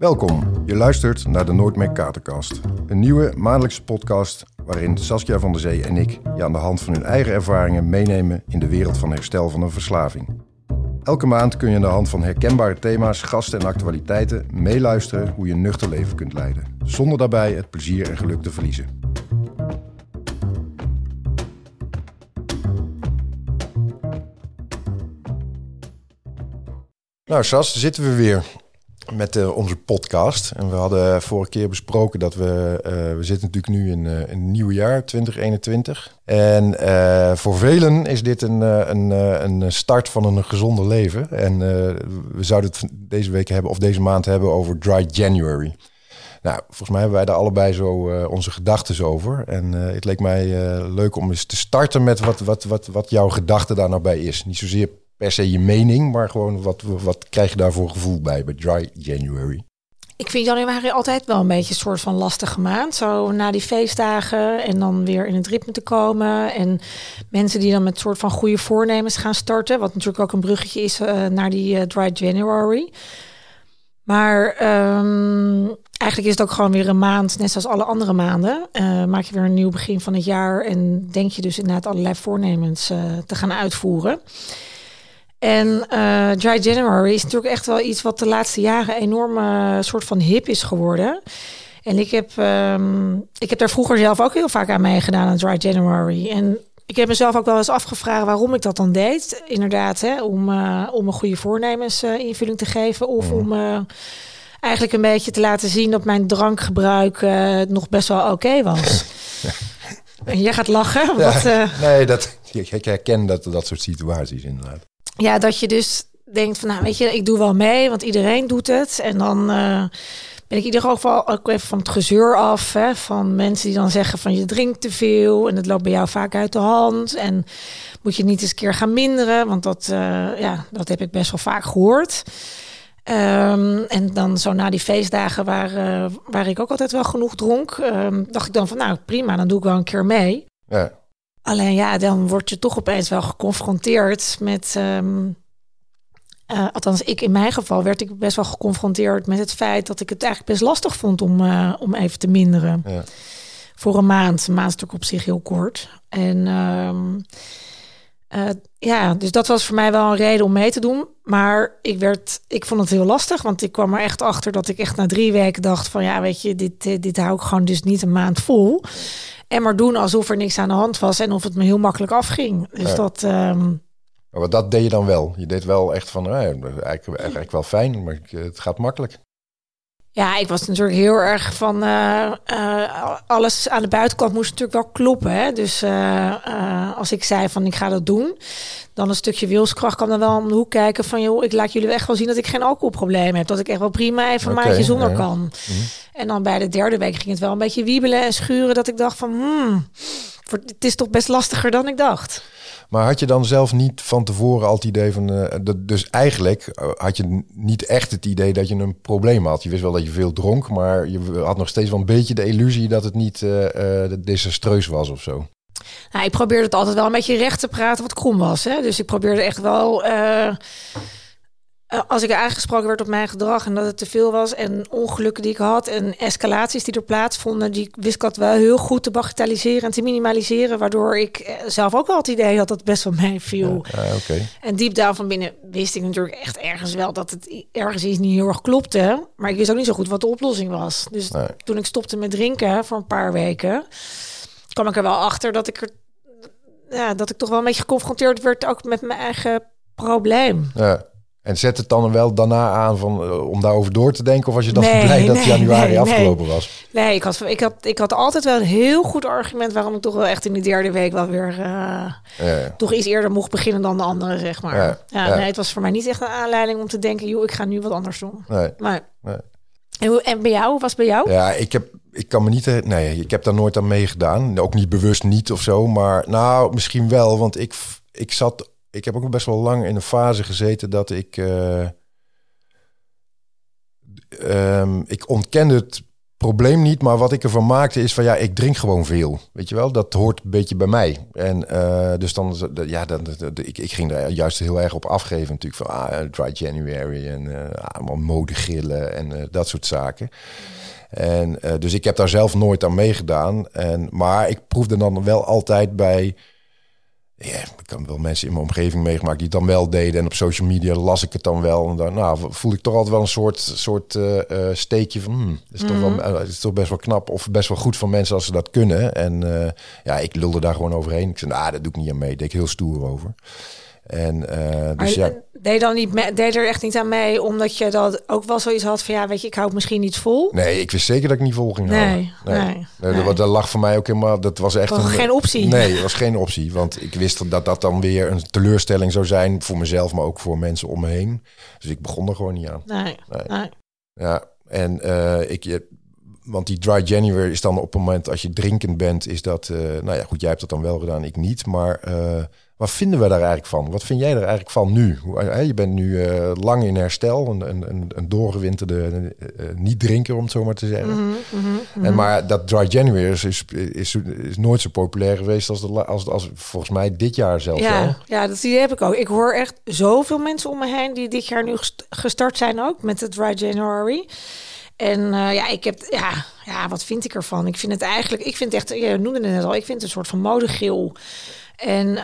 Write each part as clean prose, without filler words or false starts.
Welkom, je luistert naar de Nooit meer Katerkast. Een nieuwe maandelijkse podcast waarin Saskia van der Zee en ik je aan de hand van hun eigen ervaringen meenemen in de wereld van herstel van een verslaving. Elke maand kun je aan de hand van herkenbare thema's, gasten en actualiteiten meeluisteren hoe je een nuchter leven kunt leiden, zonder daarbij het plezier en geluk te verliezen. Nou Sas, daar zitten we weer met onze podcast. En we hadden vorige keer besproken dat we zitten natuurlijk nu in het nieuwe jaar, 2021. En voor velen is dit een start van een gezonder leven. En we zouden het deze week hebben, of deze maand hebben, over Dry January. Nou, volgens mij hebben wij daar allebei zo onze gedachten over. En het leek mij leuk om eens te starten met wat jouw gedachte daar nou bij is. Niet zozeer per se je mening, maar gewoon wat krijg je daarvoor gevoel bij Dry January? Ik vind januari altijd wel een beetje een soort van lastige maand. Zo na die feestdagen en dan weer in het ritme te komen. En mensen die dan met soort van goede voornemens gaan starten. Wat natuurlijk ook een bruggetje is naar die Dry January. Maar eigenlijk is het ook gewoon weer een maand, net zoals alle andere maanden. Maak je weer een nieuw begin van het jaar en denk je dus inderdaad allerlei voornemens te gaan uitvoeren. En Dry January is natuurlijk echt wel iets wat de laatste jaren enorm soort van hip is geworden. En ik heb daar vroeger zelf ook heel vaak aan meegedaan aan Dry January. En ik heb mezelf ook wel eens afgevraagd waarom ik dat dan deed. Inderdaad, om een goede voornemens invulling te geven. Of om eigenlijk een beetje te laten zien dat mijn drankgebruik nog best wel oké was. En jij gaat lachen. Ja, nee, ik herken dat soort situaties inderdaad. Ja, dat je dus denkt van, nou weet je, ik doe wel mee, want iedereen doet het. En dan ben ik in ieder geval ook even van het gezeur af. Hè, van mensen die dan zeggen van je drinkt te veel en het loopt bij jou vaak uit de hand. En moet je niet eens een keer gaan minderen, want dat heb ik best wel vaak gehoord. En dan zo na die feestdagen waar ik ook altijd wel genoeg dronk, dacht ik dan van nou prima, dan doe ik wel een keer mee. Ja. Alleen ja, dan word je toch opeens wel geconfronteerd met... althans, in mijn geval werd ik best wel geconfronteerd met het feit dat ik het eigenlijk best lastig vond om even te minderen. Ja. Voor een maand. Een maand is natuurlijk op zich heel kort. En dus dat was voor mij wel een reden om mee te doen. Maar ik vond het heel lastig, want ik kwam er echt achter dat ik echt na 3 weken dacht van ja, weet je, dit hou ik gewoon dus niet een maand vol. En maar doen alsof er niks aan de hand was en of het me heel makkelijk afging. Dus ja. Maar dat deed je dan wel? Je deed wel echt van, eigenlijk wel fijn, maar het gaat makkelijk. Ja, ik was natuurlijk heel erg van... alles aan de buitenkant moest natuurlijk wel kloppen. Hè? Dus als ik zei van ik ga dat doen... dan een stukje wilskracht kan dan wel om de hoek kijken van... joh, ik laat jullie echt wel zien dat ik geen alcoholprobleem heb. Dat ik echt wel prima even een maandje zonder kan. Mm-hmm. En dan bij de 3e week ging het wel een beetje wiebelen en schuren... dat ik dacht van, het is toch best lastiger dan ik dacht. Maar had je dan zelf niet van tevoren al het idee van... dus eigenlijk had je niet echt het idee dat je een probleem had. Je wist wel dat je veel dronk, maar je had nog steeds wel een beetje de illusie... dat het niet desastreus was of zo. Nou, ik probeerde het altijd wel een beetje recht te praten wat krom was. Hè? Dus ik probeerde echt wel... als ik aangesproken werd op mijn gedrag en dat het te veel was... en ongelukken die ik had en escalaties die er plaatsvonden... die wist ik dat wel heel goed te bagatelliseren en te minimaliseren... waardoor ik zelf ook wel het idee had dat het best wel meeviel. Ja, okay. En diep down van binnen wist ik natuurlijk echt ergens wel... dat het ergens iets niet heel erg klopte. Maar ik wist ook niet zo goed wat de oplossing was. Dus toen ik stopte met drinken voor een paar weken... kwam ik er wel achter dat ik toch wel een beetje geconfronteerd werd... ook met mijn eigen probleem. Ja. En zet het dan wel daarna aan om daarover door te denken? Of was je dan blij dat januari afgelopen was? Nee, ik had altijd wel een heel goed argument... waarom ik toch wel echt in de 3e week wel weer... toch iets eerder mocht beginnen dan de anderen, zeg maar. Ja. Nee, het was voor mij niet echt een aanleiding om te denken... joh, ik ga nu wat anders doen. Nee. En bij jou? Hoe was het bij jou? Ja, ik heb daar nooit aan meegedaan. Ook niet bewust niet of zo. Maar nou, misschien wel. Want ik heb ook best wel lang in een fase gezeten dat ik ontkende het probleem niet, maar wat ik ervan maakte is van ik drink gewoon veel. Weet je wel, dat hoort een beetje bij mij. En dus ik ging daar juist heel erg op afgeven natuurlijk van Dry January en allemaal modegrillen en dat soort zaken. En dus ik heb daar zelf nooit aan meegedaan. Maar ik proefde dan wel altijd bij... Ja, ik heb wel mensen in mijn omgeving meegemaakt die het dan wel deden. En op social media las ik het dan wel. En dan voelde ik toch altijd wel een soort steekje van... het is toch best wel knap of best wel goed van mensen als ze dat kunnen. En ik lulde daar gewoon overheen. Ik zei, dat doe ik niet aan mee. Daar deed ik heel stoer over. En dus deed er echt niet aan mee, omdat je dat ook wel zoiets had van weet je, ik hou het misschien niet vol. Nee, ik wist zeker dat ik niet vol ging houden. Nee. Dat lag voor mij ook helemaal. Dat was echt geen optie. Nee, dat was geen optie, want ik wist dat dan weer een teleurstelling zou zijn voor mezelf, maar ook voor mensen om me heen. Dus ik begon er gewoon niet aan. Nee. Ja, en want die Dry January is dan op het moment als je drinkend bent, is dat goed, jij hebt dat dan wel gedaan, ik niet, maar wat vinden we daar eigenlijk van? Wat vind jij er eigenlijk van nu? Je bent nu lang in herstel, een doorgewinterde niet-drinker, om het zo maar te zeggen. Maar dat Dry January is nooit zo populair geweest als volgens mij dit jaar zelfs wel. Ja, dat idee heb ik ook. Ik hoor echt zoveel mensen om me heen die dit jaar nu gestart zijn ook met de Dry January. En wat vind ik ervan? Ik vind het echt, je noemde het net al, ik vind het een soort van modegil. En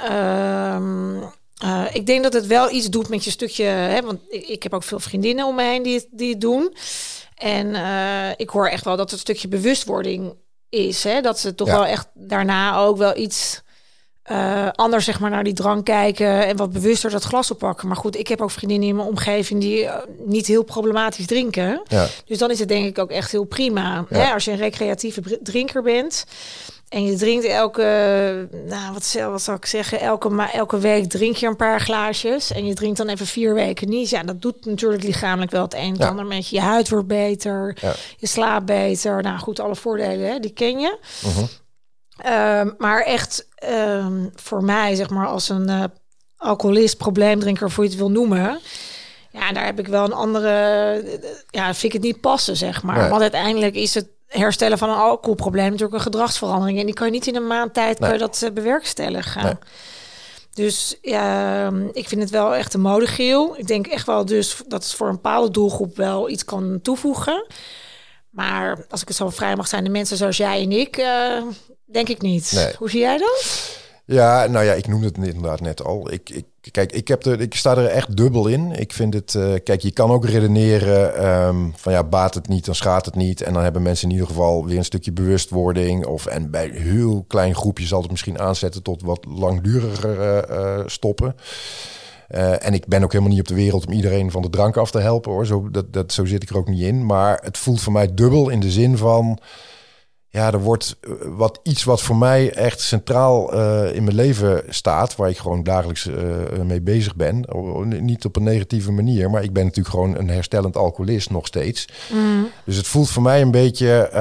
ik denk dat het wel iets doet met je stukje... want ik heb ook veel vriendinnen om me heen die het doen. En ik hoor echt wel dat het een stukje bewustwording is. Dat ze toch wel echt daarna ook wel iets anders zeg maar naar die drank kijken... en wat bewuster dat glas oppakken. Maar goed, ik heb ook vriendinnen in mijn omgeving die niet heel problematisch drinken. Ja. Dus dan is het denk ik ook echt heel prima. Ja. Als je een recreatieve drinker bent... En je drinkt wat zou ik zeggen, elke week drink je een paar glaasjes. En je drinkt dan even 4 weken niet. Ja, dat doet natuurlijk lichamelijk wel het een en ander met je. Je huid wordt beter, je slaapt beter. Nou goed, alle voordelen, die ken je. Maar echt voor mij, zeg maar, als een alcoholist, probleemdrinker, of hoe je het wil noemen... Ja, daar heb ik wel een andere... vind ik het niet passen, zeg maar. Nee. Want uiteindelijk is het herstellen van een alcoholprobleem natuurlijk een gedragsverandering. En die kan je niet in een maand tijd bewerkstelligen. Nee. Dus ik vind het wel echt een modegeel. Ik denk echt wel dus dat het voor een bepaalde doelgroep wel iets kan toevoegen. Maar als ik het zo vrij mag zijn, de mensen zoals jij en ik, denk ik niet. Nee. Hoe zie jij dat? Ja, ik noemde het inderdaad net al. Ik sta er echt dubbel in. Ik vind het... je kan ook redeneren van baat het niet, dan schaadt het niet. En dan hebben mensen in ieder geval weer een stukje bewustwording. En bij een heel klein groepje zal het misschien aanzetten tot wat langduriger stoppen. En ik ben ook helemaal niet op de wereld om iedereen van de drank af te helpen, hoor. Zo zit ik er ook niet in. Maar het voelt voor mij dubbel in de zin van... Ja, er wordt iets wat voor mij echt centraal in mijn leven staat, waar ik gewoon dagelijks mee bezig ben. Niet op een negatieve manier, maar ik ben natuurlijk gewoon een herstellend alcoholist nog steeds. Dus het voelt voor mij een beetje,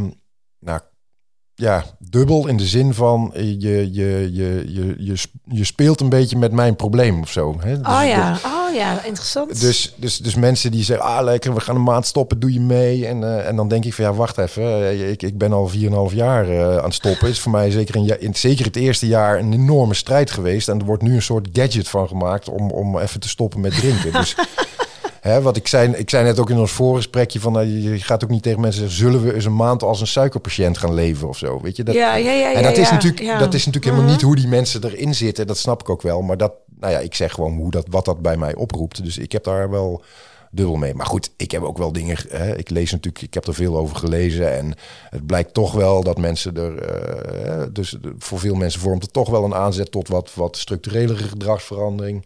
dubbel in de zin van je speelt een beetje met mijn probleem of zo. Hè? Dus interessant. Dus mensen die zeggen, lekker, we gaan een maand stoppen, doe je mee? En dan denk ik van, wacht even, ik ben al 4,5 jaar aan het stoppen. Is voor mij zeker het eerste jaar een enorme strijd geweest. En er wordt nu een soort gadget van gemaakt om even te stoppen met drinken. Dus... wat ik zei net ook in ons voorgesprekje van je gaat ook niet tegen mensen zeggen, zullen we eens een maand als een suikerpatiënt gaan leven of zo, weet je? Dat is natuurlijk helemaal niet hoe die mensen erin zitten. Dat snap ik ook wel, maar ik zeg gewoon wat dat bij mij oproept. Dus ik heb daar wel dubbel mee. Maar goed, ik heb ook wel dingen. Ik lees natuurlijk, ik heb er veel over gelezen en het blijkt toch wel dat mensen dus voor veel mensen vormt het toch wel een aanzet tot wat structurelere gedragsverandering.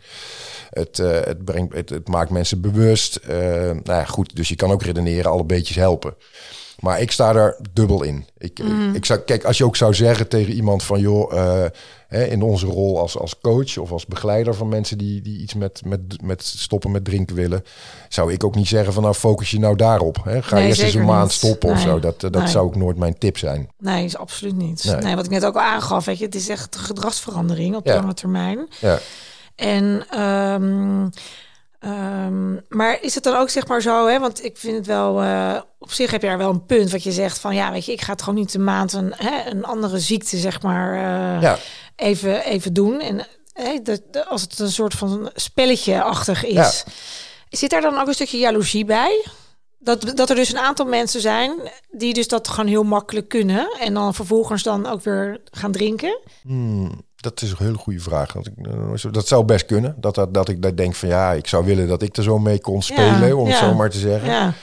Het maakt mensen bewust. Goed, dus je kan ook redeneren, alle beetjes helpen. Maar ik sta daar dubbel in. Kijk, als je ook zou zeggen tegen iemand van, joh, in onze rol als coach of als begeleider van mensen die iets met stoppen met drinken willen, zou ik ook niet zeggen van, focus je nou daarop. Ga eerst eens een maand stoppen of zo. Dat zou ook nooit mijn tip zijn. Nee, is absoluut niet. Nee, wat ik net ook al aangaf, weet je, het is echt een gedragsverandering op lange termijn. Ja. En Maar is het dan ook zeg maar zo, hè? Want ik vind het wel, op zich heb je daar wel een punt wat je zegt van, ja, weet je, ik ga het gewoon niet een maand een andere ziekte, zeg maar, even doen. En als het een soort van spelletje-achtig is, zit daar dan ook een stukje jaloezie bij? Dat er dus een aantal mensen zijn die dus dat gewoon heel makkelijk kunnen en dan vervolgens dan ook weer gaan drinken? Dat is een hele goede vraag. Dat zou best kunnen. Dat ik denk van ja, ik zou willen dat ik er zo mee kon spelen, om het zo maar te zeggen.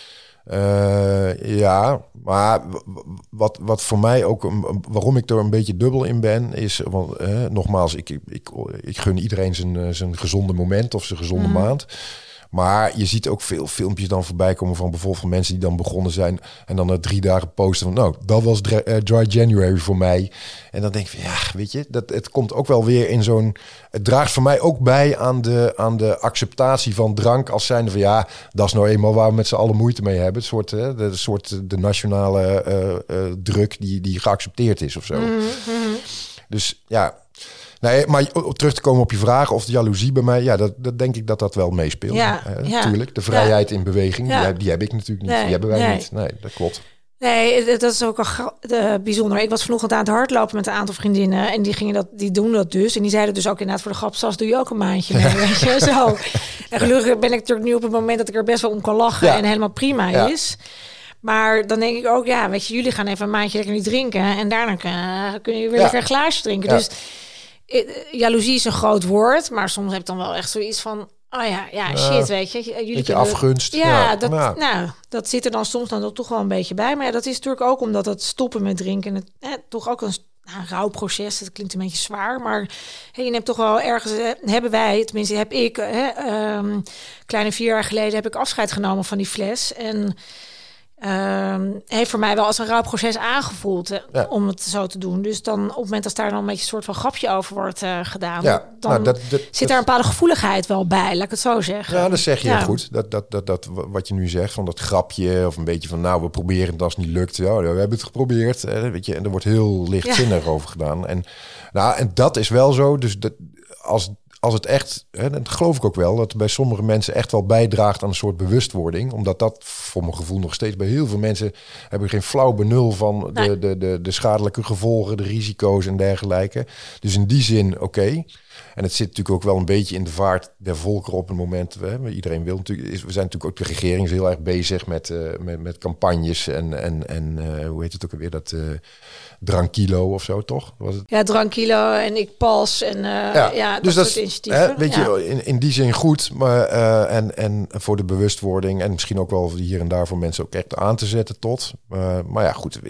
Ja. Maar wat voor mij ook, waarom ik er een beetje dubbel in ben, is, want nogmaals, ik gun iedereen zijn gezonde moment of zijn gezonde maand. Maar je ziet ook veel filmpjes dan voorbij komen van bijvoorbeeld van mensen die dan begonnen zijn en dan na 3 dagen posten van, nou, dat was dry January voor mij. En dan denk ik van, ja, weet je, het komt ook wel weer in zo'n, het draagt voor mij ook bij aan de acceptatie van drank als zijnde van, ja, dat is nou eenmaal waar we met z'n allen moeite mee hebben. De nationale druk die geaccepteerd is of zo. Dus ja. Nee, maar terug te komen op je vraag of de jaloezie bij mij, ja, dat denk ik dat wel meespeelt. Natuurlijk, de vrijheid in beweging, die heb ik natuurlijk niet. Die hebben wij niet. Nee, dat klopt. Nee, dat is ook al bijzonder. Ik was vanochtend aan het hardlopen met een aantal vriendinnen en die doen dat dus. En die zeiden dus ook inderdaad voor de grap, Sas, doe je ook een maandje mee, weet je, zo. En gelukkig ben ik natuurlijk nu op het moment dat ik er best wel om kan lachen en helemaal prima is. Maar dan denk ik ook, ja, weet je, jullie gaan even een maandje lekker niet drinken en daarna kun je weer lekker een glaasje drinken. Dus jaloezie is een groot woord, maar soms heb ik dan wel echt zoiets van, shit, weet je. Jullie kunnen afgunst. Dat zit er dan soms dan toch wel een beetje bij. Maar ja, dat is natuurlijk ook omdat het stoppen met drinken toch ook een rouwproces. Dat klinkt een beetje zwaar, maar je neemt toch wel ergens, hebben wij, tenminste heb ik, kleine 4 jaar geleden heb ik afscheid genomen van die fles en heeft voor mij wel als een rouwproces aangevoeld om het zo te doen. Dus dan op het moment dat daar dan een beetje een soort van grapje over wordt gedaan, dan zit daar een bepaalde gevoeligheid wel bij, laat ik het zo zeggen. Ja, dat zeg je goed. Dat wat je nu zegt, van dat grapje of een beetje van, nou, we proberen het als het niet lukt. Ja, we hebben het geprobeerd. Weet je, en er wordt heel lichtzinnig over gedaan. En dat is wel zo. Dus als het echt, dat geloof ik ook wel, dat bij sommige mensen echt wel bijdraagt aan een soort bewustwording. Omdat dat voor mijn gevoel nog steeds bij heel veel mensen hebben geen flauw benul van de schadelijke gevolgen, de risico's en dergelijke. Dus in die zin oké. En het zit natuurlijk ook wel een beetje in de vaart der volkeren op het moment. Iedereen wil natuurlijk. We zijn natuurlijk ook, de regering is heel erg bezig met campagnes en hoe heet het ook alweer, dat Drankilo of zo, toch? Was het? Ja, Drankilo en Ik Pas en dus dat soort initiatieven. Weet je, in die zin goed, maar en voor de bewustwording en misschien ook wel hier en daar voor mensen ook echt aan te zetten tot. Maar ja, goed.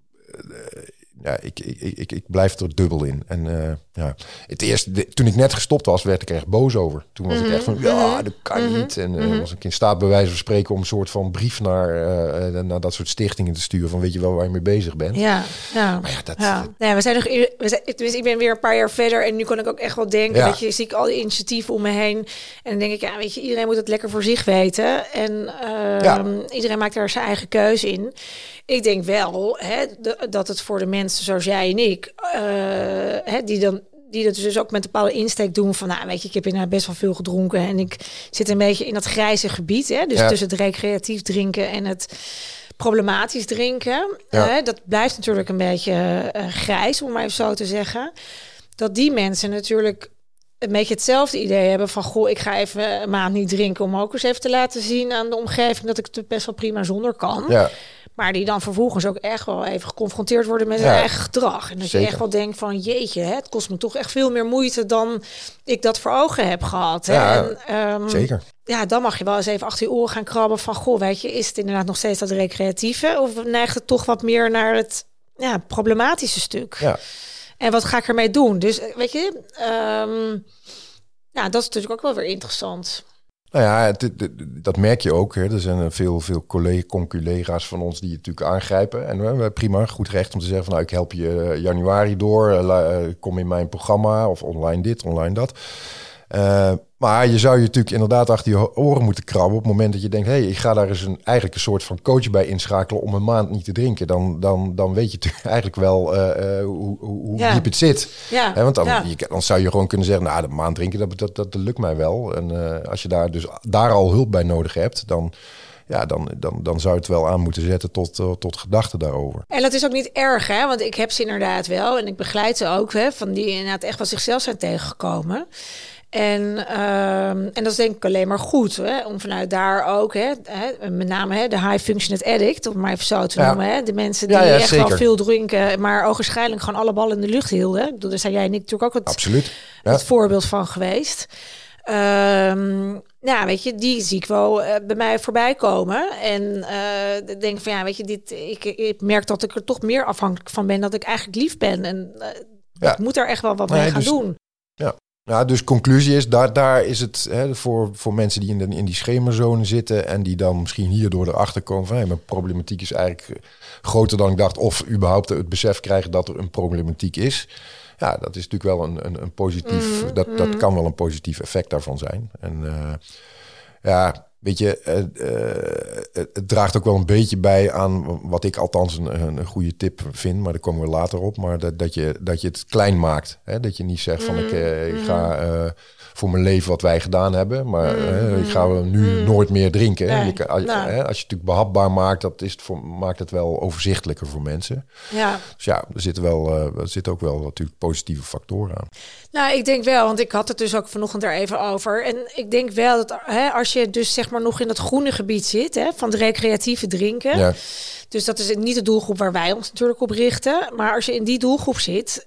Ik blijf er dubbel in. En het eerste, toen ik net gestopt was, werd ik er echt boos over. Toen was ik echt van, dat kan niet. En was ik in staat bij wijze van spreken om een soort van brief naar dat soort stichtingen te sturen van, weet je wel waar je mee bezig bent. Nee, we zijn nog, dus ik ben weer een paar jaar verder en nu kan ik ook echt wel denken dat zie ik al die initiatieven om me heen en dan denk ik, weet je, iedereen moet het lekker voor zich weten en iedereen maakt daar zijn eigen keuze in. Ik denk wel dat het voor de mensen zoals jij en ik, die dat dus ook met een bepaalde insteek doen van, nou, weet je, ik heb inderdaad best wel veel gedronken en ik zit een beetje in dat grijze gebied, dus tussen het recreatief drinken en het problematisch drinken. Dat blijft natuurlijk een beetje grijs, om maar even zo te zeggen. Dat die mensen natuurlijk een beetje hetzelfde idee hebben van, goh, ik ga even een maand niet drinken om ook eens even te laten zien aan de omgeving dat ik het best wel prima zonder kan. Ja. Maar die dan vervolgens ook echt wel even geconfronteerd worden met hun eigen gedrag. En dat je echt wel denkt van, jeetje, het kost me toch echt veel meer moeite dan ik dat voor ogen heb gehad. Ja, zeker. Ja, dan mag je wel eens even achter je oren gaan krabben van, goh, weet je, is het inderdaad nog steeds dat recreatieve? Of neigt het toch wat meer naar het problematische stuk? Ja. En wat ga ik ermee doen? Dus weet je, dat is natuurlijk ook wel weer interessant. Nou ja, dat merk je ook. Er zijn veel conculega's van ons die je natuurlijk aangrijpen. En we hebben prima, goed recht om te zeggen van, nou, ik help je januari door. Kom in mijn programma of online dit, online dat. Maar je zou je natuurlijk inderdaad achter je oren moeten krabben op het moment dat je denkt, ik ga daar eens eigenlijk een soort van coach bij inschakelen om een maand niet te drinken. Dan weet je natuurlijk eigenlijk wel hoe diep het zit. Ja. Want dan zou je gewoon kunnen zeggen, nou, de maand drinken, dat lukt mij wel. En als je daar al hulp bij nodig hebt, dan zou je het wel aan moeten zetten tot gedachten daarover. En dat is ook niet erg, hè? Want ik heb ze inderdaad wel. En ik begeleid ze ook, hè, van die inderdaad echt van zichzelf zijn tegengekomen. En dat is denk ik alleen maar goed, hè? Om vanuit daar ook, met name de high functioning addict, om maar even zo te noemen. Hè? De mensen die echt zeker wel veel drinken, maar ogenschijnlijk gewoon alle ballen in de lucht hielden. Ik bedoel, daar zijn jij en ik natuurlijk ook het voorbeeld van geweest. Weet je, die zie ik wel bij mij voorbij komen. En denk van, weet je, ik merk dat ik er toch meer afhankelijk van ben, dat ik eigenlijk lief ben. En ik moet er echt wel wat mee gaan doen. Ja, dus conclusie is, daar is het voor mensen die in die schemerzone zitten en die dan misschien hierdoor erachter komen van mijn problematiek is eigenlijk groter dan ik dacht, of überhaupt het besef krijgen dat er een problematiek is. Ja, dat is natuurlijk wel een positief, dat kan wel een positief effect daarvan zijn. En weet je, het draagt ook wel een beetje bij aan wat ik althans een goede tip vind, maar daar komen we later op. Maar dat je het klein maakt. Hè? Dat je niet zegt van ik ga voor mijn leven wat wij gedaan hebben, maar ik ga nu nooit meer drinken. Nee, als je het natuurlijk behapbaar maakt, maakt het wel overzichtelijker voor mensen. Ja. Dus er zitten ook wel natuurlijk positieve factoren aan. Nou, ik denk wel, want ik had het dus ook vanochtend er even over. En ik denk wel dat als je dus zeg maar nog in het groene gebied zit, van het recreatieve drinken. Ja. Dus dat is niet de doelgroep waar wij ons natuurlijk op richten. Maar als je in die doelgroep zit,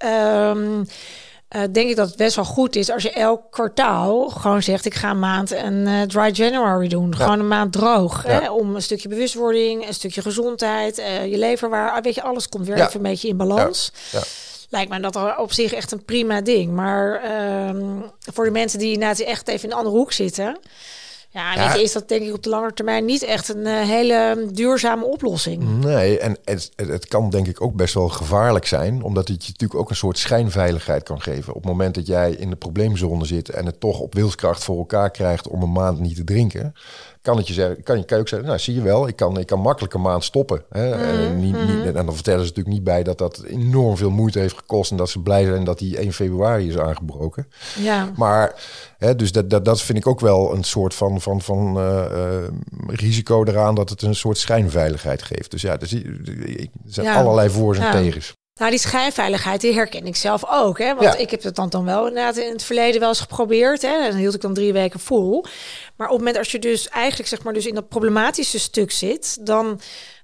denk ik dat het best wel goed is als je elk kwartaal gewoon zegt, ik ga een maand een dry January doen. Ja. Gewoon een maand droog. Ja. Om een stukje bewustwording, een stukje gezondheid, je leverwaar. Weet je, alles komt weer even een beetje in balans. Ja. Ja. Lijkt mij dat er op zich echt een prima ding. Maar voor de mensen die inderdaad echt even in een andere hoek zitten, weet je, is dat denk ik op de lange termijn niet echt een hele duurzame oplossing. Nee, en het kan denk ik ook best wel gevaarlijk zijn, omdat het je natuurlijk ook een soort schijnveiligheid kan geven. Op het moment dat jij in de probleemzone zit en het toch op wilskracht voor elkaar krijgt om een maand niet te drinken, kan je ook zeggen, nou zie je wel, ik kan makkelijk een maand stoppen. Hè? En dan vertellen ze natuurlijk niet bij dat enorm veel moeite heeft gekost en dat ze blij zijn dat die 1 februari is aangebroken. Ja. Maar dus dat vind ik ook wel een soort van risico eraan, dat het een soort schijnveiligheid geeft. Dus er zijn allerlei voor's en tegens. Nou, die schijnveiligheid, die herken ik zelf ook. Hè? Want ik heb het dan wel inderdaad in het verleden wel eens geprobeerd. Hè? En dan hield ik dan 3 weken vol. Maar op het moment als je dus eigenlijk zeg maar dus in dat problematische stuk zit, dan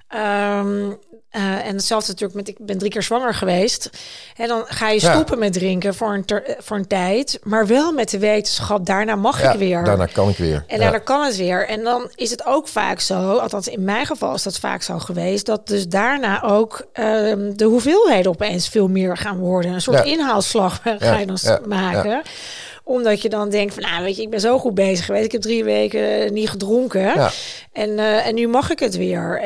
en hetzelfde natuurlijk ik ben 3 keer zwanger geweest. En dan ga je stoppen met drinken voor een tijd, maar wel met de wetenschap, daarna mag ik weer. Daarna kan ik weer. En daarna kan het weer. En dan is het ook vaak zo, althans in mijn geval is dat vaak zo geweest, dat dus daarna ook de hoeveelheden opeens veel meer gaan worden. Een soort inhaalslag ga je dan maken. Ja. Omdat je dan denkt van, weet je, ik ben zo goed bezig geweest. Ik heb 3 weken niet gedronken. Ja. En nu mag ik het weer.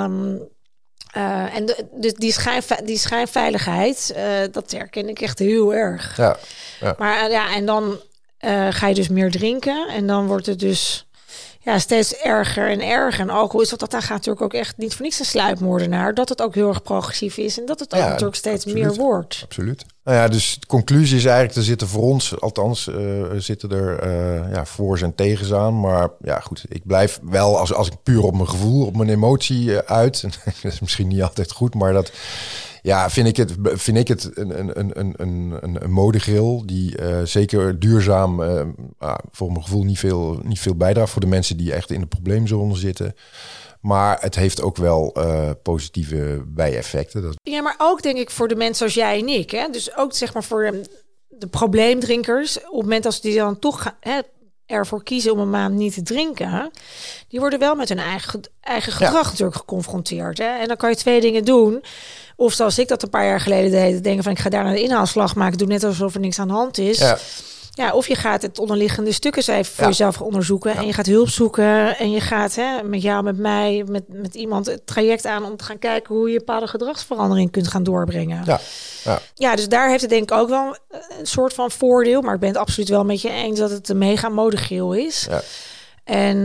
Dus die schijnveiligheid, dat herken ik echt heel erg. Ja. Ja. Maar en dan ga je dus meer drinken. En dan wordt het dus steeds erger en erger. En alcohol is dat gaat natuurlijk ook echt niet voor niks een sluipmoordenaar. Dat het ook heel erg progressief is. En dat het ook natuurlijk steeds meer wordt. Absoluut. Nou ja, dus de conclusie is eigenlijk, er zitten voor ons, althans, zitten er voor's en tegens aan. Maar ja, goed, ik blijf wel, als ik puur op mijn gevoel, op mijn emotie uit. Dat is misschien niet altijd goed, maar dat vind ik het een modegril die zeker duurzaam, voor mijn gevoel niet veel bijdraagt voor de mensen die echt in de probleemzone zitten. Maar het heeft ook wel positieve bijeffecten. Ja, maar ook denk ik voor de mensen zoals jij en ik. Hè? Dus ook zeg maar voor de probleemdrinkers. Op het moment als die dan toch ervoor kiezen om een maand niet te drinken, die worden wel met hun eigen gedrag natuurlijk geconfronteerd. Hè? En dan kan je 2 dingen doen. Of zoals ik dat een paar jaar geleden deed, denken van ik ga daar naar de inhaalslag maken, doe net alsof er niks aan de hand is. Ja. Ja, of je gaat het onderliggende stuk eens even voor jezelf onderzoeken. Ja. En je gaat hulp zoeken. En je gaat met jou, met mij, met iemand het traject aan om te gaan kijken hoe je bepaalde gedragsverandering kunt gaan doorbrengen. Ja, dus daar heeft het denk ik ook wel een soort van voordeel. Maar ik ben het absoluut wel met je eens dat het een mega modegeel is. Ja. En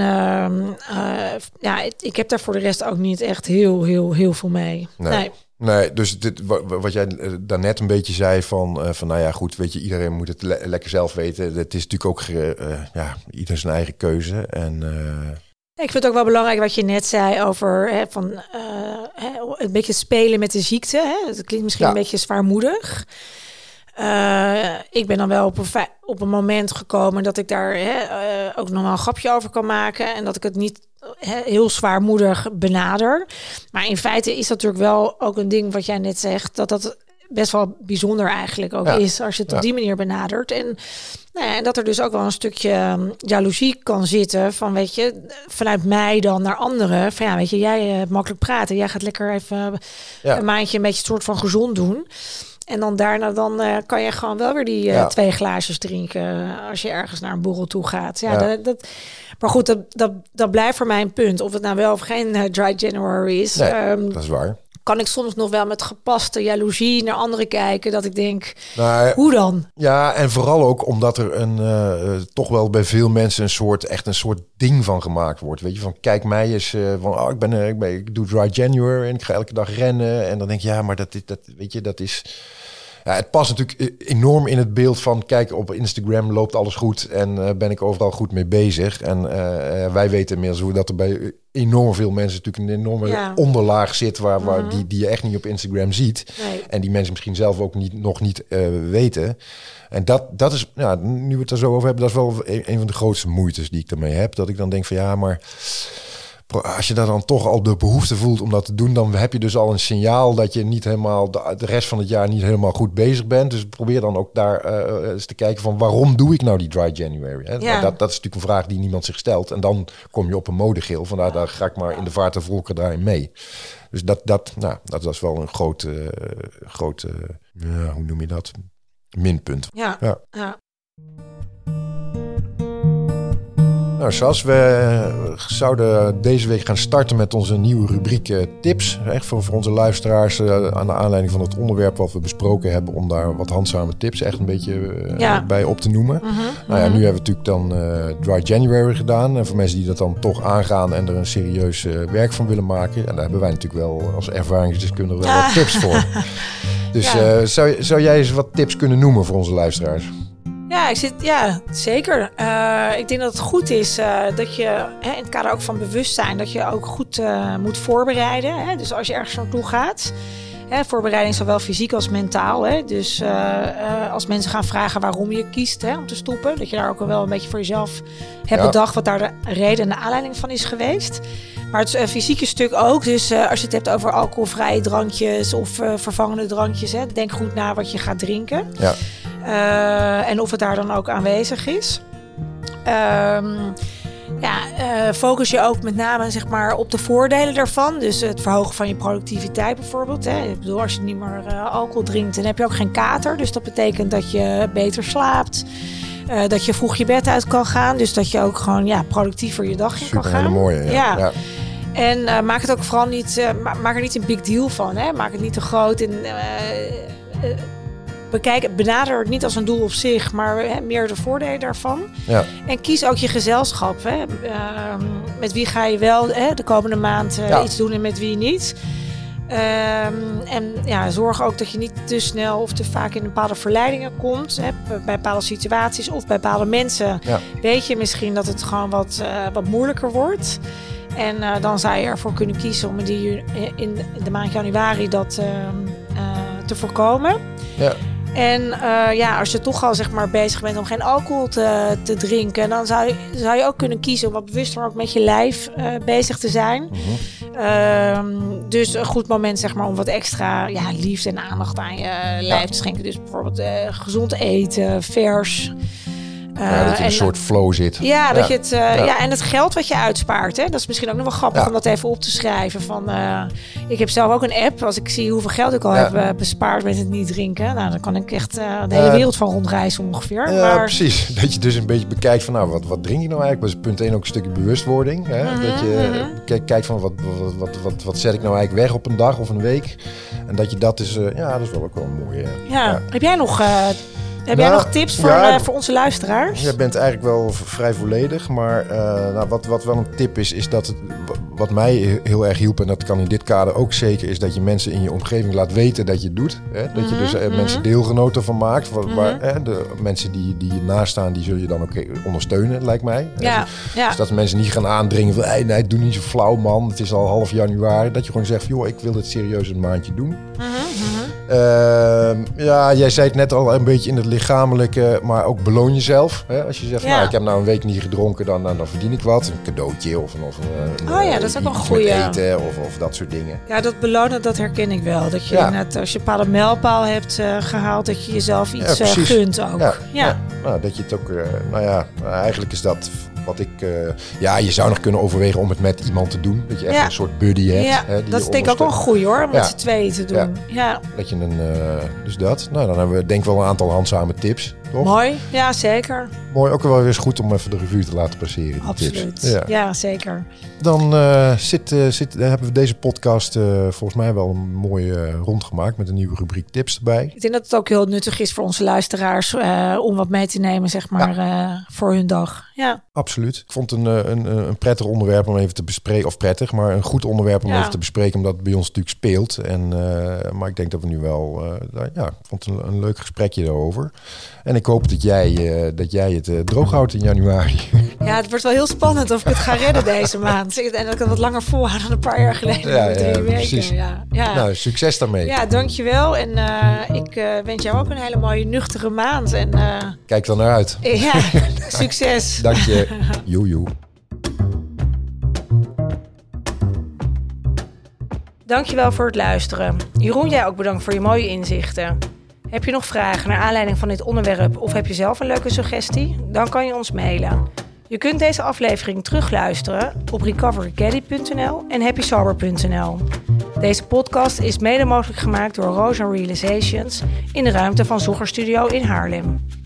ik heb daar voor de rest ook niet echt heel veel mee. Nee, dus wat jij daarnet een beetje zei van nou ja, goed, weet je, iedereen moet het lekker zelf weten. Het is natuurlijk ook ieder zijn eigen keuze. En ik vind het ook wel belangrijk wat je net zei over een beetje spelen met de ziekte. Het klinkt misschien een beetje zwaarmoedig. Ik ben dan wel op een moment gekomen dat ik daar ook nog wel een grapje over kan maken. En dat ik het niet heel zwaarmoedig benader. Maar in feite is dat natuurlijk wel ook een ding wat jij net zegt. Dat best wel bijzonder eigenlijk ook is als je het op die manier benadert. En dat er dus ook wel een stukje jaloezie kan zitten van, weet je, vanuit mij dan naar anderen. Van ja, weet je, jij hebt makkelijk praten. Jij gaat lekker even een maandje een beetje een soort van gezond doen. En dan daarna kan je gewoon wel weer die 2 glaasjes drinken als je ergens naar een borrel toe gaat. Maar goed, dat blijft voor mij een punt. Of het nou wel of geen Dry January is. Nee, dat is waar. Kan ik soms nog wel met gepaste jaloezie naar anderen kijken. Dat ik denk, hoe dan? Ja, en vooral ook omdat er toch wel bij veel mensen een soort ding van gemaakt wordt. Weet je, van kijk mij eens, ik doe Dry January en ik ga elke dag rennen. En dan denk je, ja, maar dat is... Ja, het past natuurlijk enorm in het beeld van, kijk, op Instagram loopt alles goed en ben ik overal goed mee bezig. En wij weten inmiddels hoe dat er bij enorm veel mensen natuurlijk een enorme onderlaag zit die je echt niet op Instagram ziet. Nee. En die mensen misschien zelf ook nog niet weten. En dat is, nu we het er zo over hebben, dat is wel een van de grootste moeites die ik ermee heb. Dat ik dan denk van ja, maar als je daar dan toch al de behoefte voelt om dat te doen, dan heb je dus al een signaal dat je niet helemaal de rest van het jaar niet helemaal goed bezig bent. Dus probeer dan ook daar eens te kijken van waarom doe ik nou die Dry January? Hè? Ja. Dat is natuurlijk een vraag die niemand zich stelt. En dan kom je op een modegeel. Vandaar daar ga ik maar in de vaart der volkeren daarin mee. Dus dat is wel een groot hoe noem je dat? Minpunt. Ja. Nou, Sas, we zouden deze week gaan starten met onze nieuwe rubriek tips. Echt voor onze luisteraars aan de aanleiding van het onderwerp wat we besproken hebben, om daar wat handzame tips echt een beetje bij op te noemen. Nu hebben we natuurlijk dan Dry January gedaan. En voor mensen die dat dan toch aangaan en er een serieus werk van willen maken. En daar hebben wij natuurlijk wel als ervaringsdeskundige wel wat tips voor. Dus zou jij eens wat tips kunnen noemen voor onze luisteraars? Ja, zeker. Ik denk dat het goed is dat je in het kader ook van bewustzijn, dat je ook goed moet voorbereiden. Hè? Dus als je ergens naartoe gaat, voorbereiding zowel fysiek als mentaal. Dus als mensen gaan vragen waarom je kiest om te stoppen, dat je daar ook wel een beetje voor jezelf hebt bedacht wat daar de reden en de aanleiding van is geweest. Maar het fysieke stuk ook. Dus als je het hebt over alcoholvrije drankjes of vervangende drankjes, denk goed na wat je gaat drinken. Ja. En of het daar dan ook aanwezig is. Focus je ook met name zeg maar, op de voordelen daarvan. Dus het verhogen van je productiviteit bijvoorbeeld. Ik bedoel, als je niet meer alcohol drinkt, dan heb je ook geen kater. Dus dat betekent dat je beter slaapt. Dat je vroeg je bed uit kan gaan. Dus dat je ook gewoon productiever je dag in kan gaan. Hele mooie, ja. En maak het ook vooral niet, maak er niet een big deal van. Hè? Maak het niet te groot. En benader het niet als een doel op zich, maar meer de voordelen daarvan. Ja. En kies ook je gezelschap. Hè? Met wie ga je wel de komende maand iets doen en met wie niet. Zorg ook dat je niet te snel of te vaak in bepaalde verleidingen komt. Bij bepaalde situaties of bij bepaalde mensen. Ja. Weet je misschien dat het gewoon wat moeilijker wordt. En dan zou je ervoor kunnen kiezen om in de maand januari dat te voorkomen. Ja. En als je toch al zeg maar bezig bent om geen alcohol te drinken, dan zou je ook kunnen kiezen om wat bewuster ook met je lijf bezig te zijn. Dus een goed moment zeg maar om wat extra liefde en aandacht aan je lijf te schenken. Dus bijvoorbeeld gezond eten, vers. dat je in een soort flow zit. Ja, dat je het, en het geld wat je uitspaart. Hè, dat is misschien ook nog wel grappig om dat even op te schrijven. Ik heb zelf ook een app. Als ik zie hoeveel geld ik al heb bespaard met het niet drinken. Nou, dan kan ik echt de hele wereld van rondreizen ongeveer. Ja, maar precies. Dat je dus een beetje bekijkt van wat drink je nou eigenlijk? Dat is punt 1 ook een stukje bewustwording. Hè? Dat je kijkt van wat zet ik nou eigenlijk weg op een dag of een week. En dat je dat is, dat is wel ook wel een mooie... Heb jij nog... Heb jij nog tips voor onze luisteraars? Je bent eigenlijk wel vrij volledig. Maar wat wel een tip is dat wat mij heel erg hielp... en dat kan in dit kader ook zeker... is dat je mensen in je omgeving laat weten dat je het doet. Hè? Dat je dus mensen deelgenoten van maakt. Waar de mensen die je naast staan... die zul je dan ook ondersteunen, lijkt mij. Dus dat mensen niet gaan aandringen van... nee, doe niet zo flauw, man. Het is al half januari. Dat je gewoon zegt... joh, ik wil dit serieus een maandje doen. Jij zei het net al een beetje in het lichamelijke, maar ook beloon jezelf. Hè? Als je zegt, ik heb nou een week niet gedronken, dan verdien ik wat. Een cadeautje of dat is ook wel een goeie. Eten of dat soort dingen. Ja, dat belonen, dat herken ik wel. Dat je net, als je een bepaalde mijlpaal hebt gehaald, dat je jezelf iets gunt ook. Nou, dat je het ook, eigenlijk is dat... Wat ik, je zou nog kunnen overwegen om het met iemand te doen. Dat je echt een soort buddy hebt. Ja, dat is denk ik ook wel een goeie hoor, om met z'n tweeën te doen. Ja. Dat je dus dat. Nou, dan hebben we denk ik wel een aantal handzame tips. Toch? Mooi, ja zeker. Mooi, ook wel weer eens goed om even de revue te laten passeren. Die Absoluut, tips. Ja, zeker. Dan hebben we deze podcast volgens mij wel een mooie rondgemaakt met een nieuwe rubriek tips erbij. Ik denk dat het ook heel nuttig is voor onze luisteraars om wat mee te nemen, zeg maar, voor hun dag. Ja. Absoluut. Ik vond het een prettig onderwerp om even te bespreken, of prettig, maar een goed onderwerp om even te bespreken, omdat het bij ons natuurlijk speelt. Maar ik denk dat we nu wel, ik vond het een leuk gesprekje daarover. En ik hoop dat jij het droog houdt in januari. Ja, het wordt wel heel spannend of ik het ga redden deze maand. En dat ik het wat langer volhoud dan een paar jaar geleden. 3 weken. Precies. Ja. Nou, succes daarmee. Ja, dankjewel. En ik wens jou ook een hele mooie nuchtere maand. En, kijk er naar uit. Ja, succes. Dank je. Joe. Dankjewel voor het luisteren. Jeroen, jij ook bedankt voor je mooie inzichten. Heb je nog vragen naar aanleiding van dit onderwerp of heb je zelf een leuke suggestie? Dan kan je ons mailen. Je kunt deze aflevering terugluisteren op recoverycaddy.nl en happysober.nl. Deze podcast is mede mogelijk gemaakt door Rosa Realizations in de ruimte van Zogger Studio in Haarlem.